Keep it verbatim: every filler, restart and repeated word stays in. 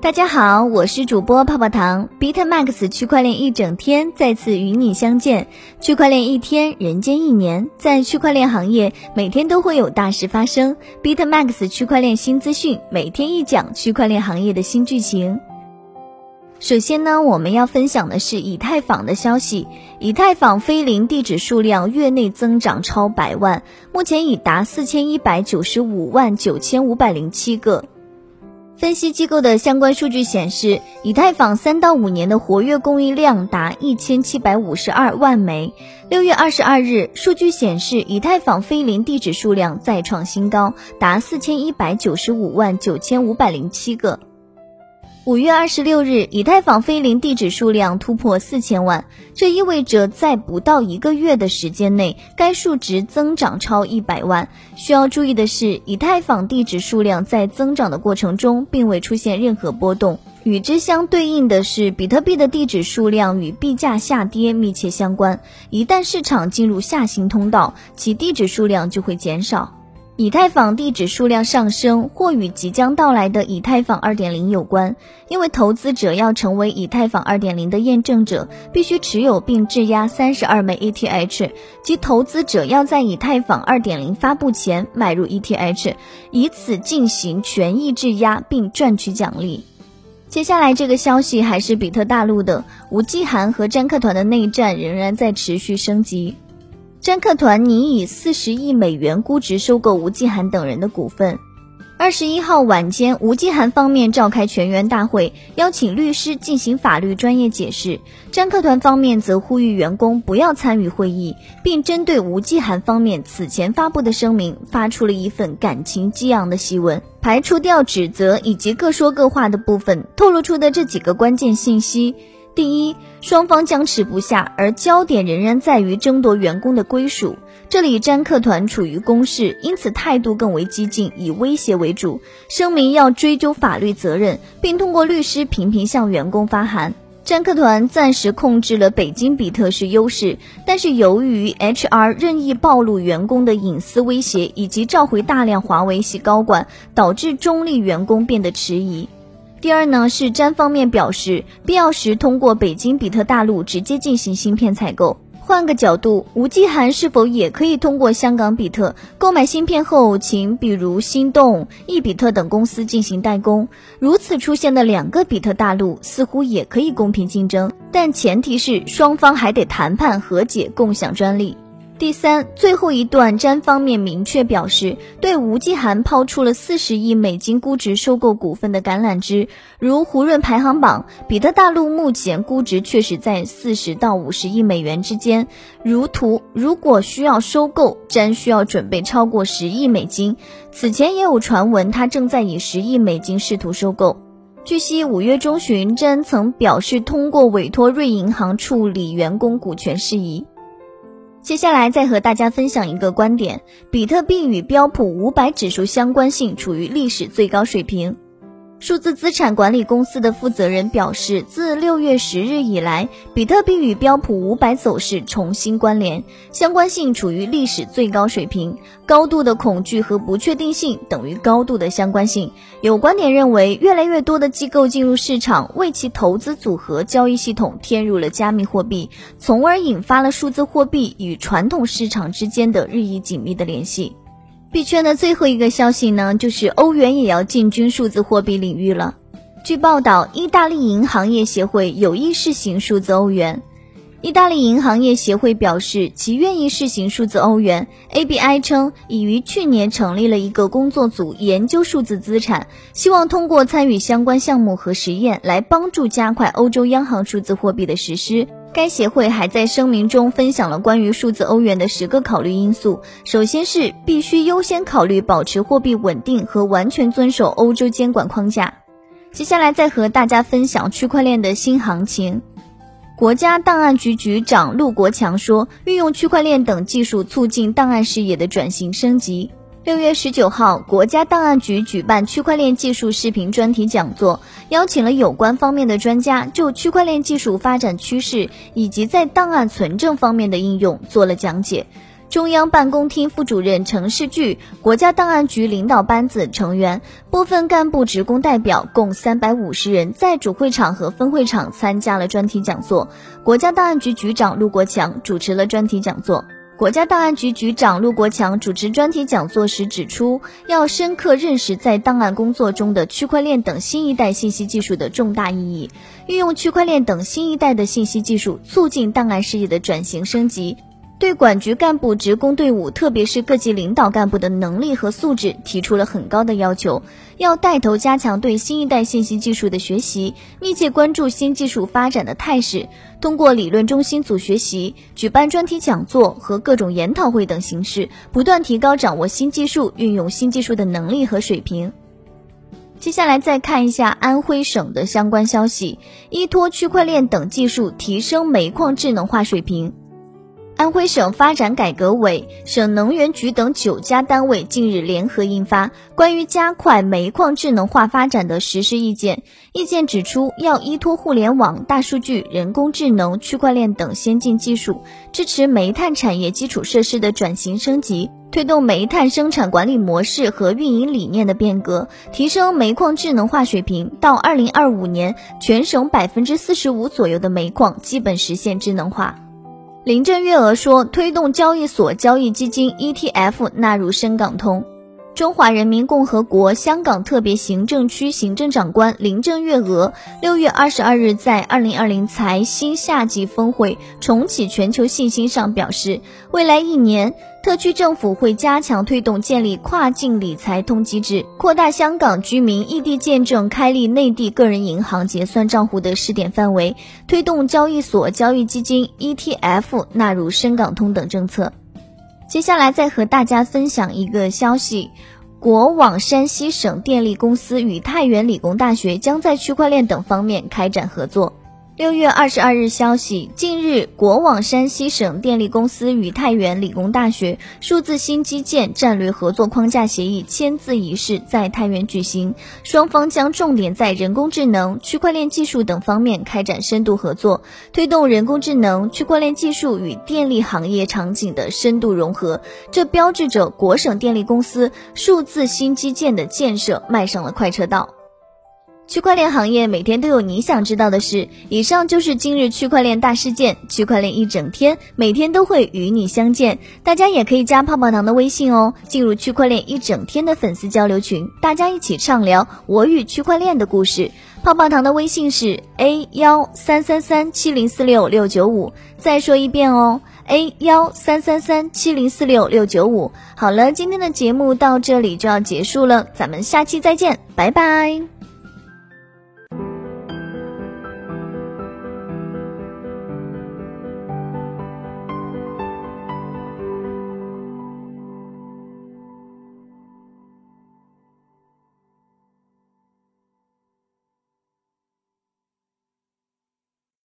大家好，我是主播泡泡糖。 BitMax 区块链一整天再次与你相见，区块链一天人间一年，在区块链行业每天都会有大事发生。 BitMax 区块链新资讯，每天一讲区块链行业的新剧情。首先呢，我们要分享的是以太坊的消息。以太坊非零地址数量月内增长超百万，目前已达四千一百九十五万九千五百零七个。分析机构的相关数据显示，以太坊三到五年的活跃供应量达一千七百五十二万枚。六月二十二日，数据显示，以太坊非零地址数量再创新高，达四千一百九十五万九千五百零七个。五月二十六日，以太坊非零地址数量突破四千万，这意味着在不到一个月的时间内，该数值增长超一百万。需要注意的是，以太坊地址数量在增长的过程中并未出现任何波动。与之相对应的是，比特币的地址数量与币价下跌密切相关，一旦市场进入下行通道，其地址数量就会减少。以太坊地址数量上升或与即将到来的以太坊 二点零 有关，因为投资者要成为以太坊 二点零 的验证者，必须持有并质押三十二枚 E T H， 即投资者要在以太坊 二点零 发布前买入 E T H， 以此进行权益质押并赚取奖励。接下来这个消息还是比特大陆的，吴继寒和詹克团的内战仍然在持续升级。詹克团拟以四十亿美元估值收购吴继寒等人的股份。二十一号晚间，吴继寒方面召开全员大会，邀请律师进行法律专业解释。詹克团方面则呼吁员工不要参与会议，并针对吴继寒方面此前发布的声明发出了一份感情激昂的檄文，排除掉指责以及各说各话的部分，透露出的这几个关键信息。第一，双方僵持不下，而焦点仍然在于争夺员工的归属。这里詹克团处于攻势，因此态度更为激进，以威胁为主，声明要追究法律责任，并通过律师频频向员工发函。詹克团暂时控制了北京比特是优势，但是由于 H R 任意暴露员工的隐私威胁，以及召回大量华为系高管，导致中立员工变得迟疑。第二呢，是詹方面表示，必要时通过北京比特大陆直接进行芯片采购。换个角度，吴继寒是否也可以通过香港比特购买芯片后，请比如心动、易比特等公司进行代工？如此出现的两个比特大陆似乎也可以公平竞争，但前提是双方还得谈判和解，共享专利。第三，最后一段詹方面明确表示，对吴继寒抛出了四十亿美金估值收购股份的橄榄枝。如胡润排行榜，比特大陆目前估值确实在四十到五十亿美元之间。如图，如果需要收购，詹需要准备超过十亿美金。此前也有传闻他正在以十亿美金试图收购。据悉，五月中旬，詹曾表示通过委托瑞银行处理员工股权事宜。接下来再和大家分享一个观点，比特币与标普五百指数相关性处于历史最高水平。数字资产管理公司的负责人表示，自六月十日以来，比特币与标普五百走势重新关联，相关性处于历史最高水平。高度的恐惧和不确定性等于高度的相关性。有观点认为，越来越多的机构进入市场，为其投资组合交易系统添入了加密货币，从而引发了数字货币与传统市场之间的日益紧密的联系。币圈的最后一个消息呢，就是欧元也要进军数字货币领域了。据报道，意大利银行业协会有意试行数字欧元。意大利银行业协会表示，其愿意试行数字欧元。 A B I 称，已于去年成立了一个工作组研究数字资产，希望通过参与相关项目和实验来帮助加快欧洲央行数字货币的实施。该协会还在声明中分享了关于数字欧元的十个考虑因素，首先是必须优先考虑保持货币稳定和完全遵守欧洲监管框架。接下来再和大家分享区块链的新行情。国家档案局局长陆国强说，运用区块链等技术促进档案事业的转型升级。六月十九号，国家档案局举办区块链技术视频专题讲座，邀请了有关方面的专家，就区块链技术发展趋势以及在档案存证方面的应用做了讲解。 中央办公厅副主任程世巨，国家档案局领导班子成员，部分干部职工代表共三百五十人在主会场和分会场参加了专题讲座。国家档案局局长陆国强主持了专题讲座。国家档案局局长陆国强主持专题讲座时指出，要深刻认识在档案工作中的区块链等新一代信息技术的重大意义，运用区块链等新一代的信息技术，促进档案事业的转型升级。对管局干部职工队伍，特别是各级领导干部的能力和素质提出了很高的要求，要带头加强对新一代信息技术的学习，密切关注新技术发展的态势，通过理论中心组学习、举办专题讲座和各种研讨会等形式，不断提高掌握新技术、运用新技术的能力和水平。接下来再看一下安徽省的相关消息，依托区块链等技术提升煤矿智能化水平。安徽省发展改革委、省能源局等九家单位近日联合印发《关于加快煤矿智能化发展的实施意见》。意见指出，要依托互联网、大数据、人工智能、区块链等先进技术，支持煤炭产业基础设施的转型升级，推动煤炭生产管理模式和运营理念的变革，提升煤矿智能化水平。到二零二五年，全省百分之四十五左右的煤矿基本实现智能化。林郑月娥说，推动交易所交易基金 E T F 纳入深港通。中华人民共和国香港特别行政区行政长官林郑月娥六月二十二日在二零二零财新夏季峰会重启全球信心上表示，未来一年，特区政府会加强推动建立跨境理财通机制，扩大香港居民异地见证开立内地个人银行结算账户的试点范围，推动交易所交易基金 E T F 纳入深港通等政策。接下来再和大家分享一个消息，国网山西省电力公司与太原理工大学将在区块链等方面开展合作。六月二十二日消息，近日国网山西省电力公司与太原理工大学数字新基建战略合作框架协议签字仪式在太原举行，双方将重点在人工智能、区块链技术等方面开展深度合作，推动人工智能、区块链技术与电力行业场景的深度融合，这标志着国省电力公司数字新基建的建设迈上了快车道。区块链行业每天都有你想知道的事，以上就是今日区块链大事件，区块链一整天，每天都会与你相见。大家也可以加泡泡糖的微信哦，进入区块链一整天的粉丝交流群，大家一起畅聊我与区块链的故事。泡泡糖的微信是 A 一三三三七零四六六九五，再说一遍哦， A 一三三三七零四六六九五。好了，今天的节目到这里就要结束了，咱们下期再见，拜拜。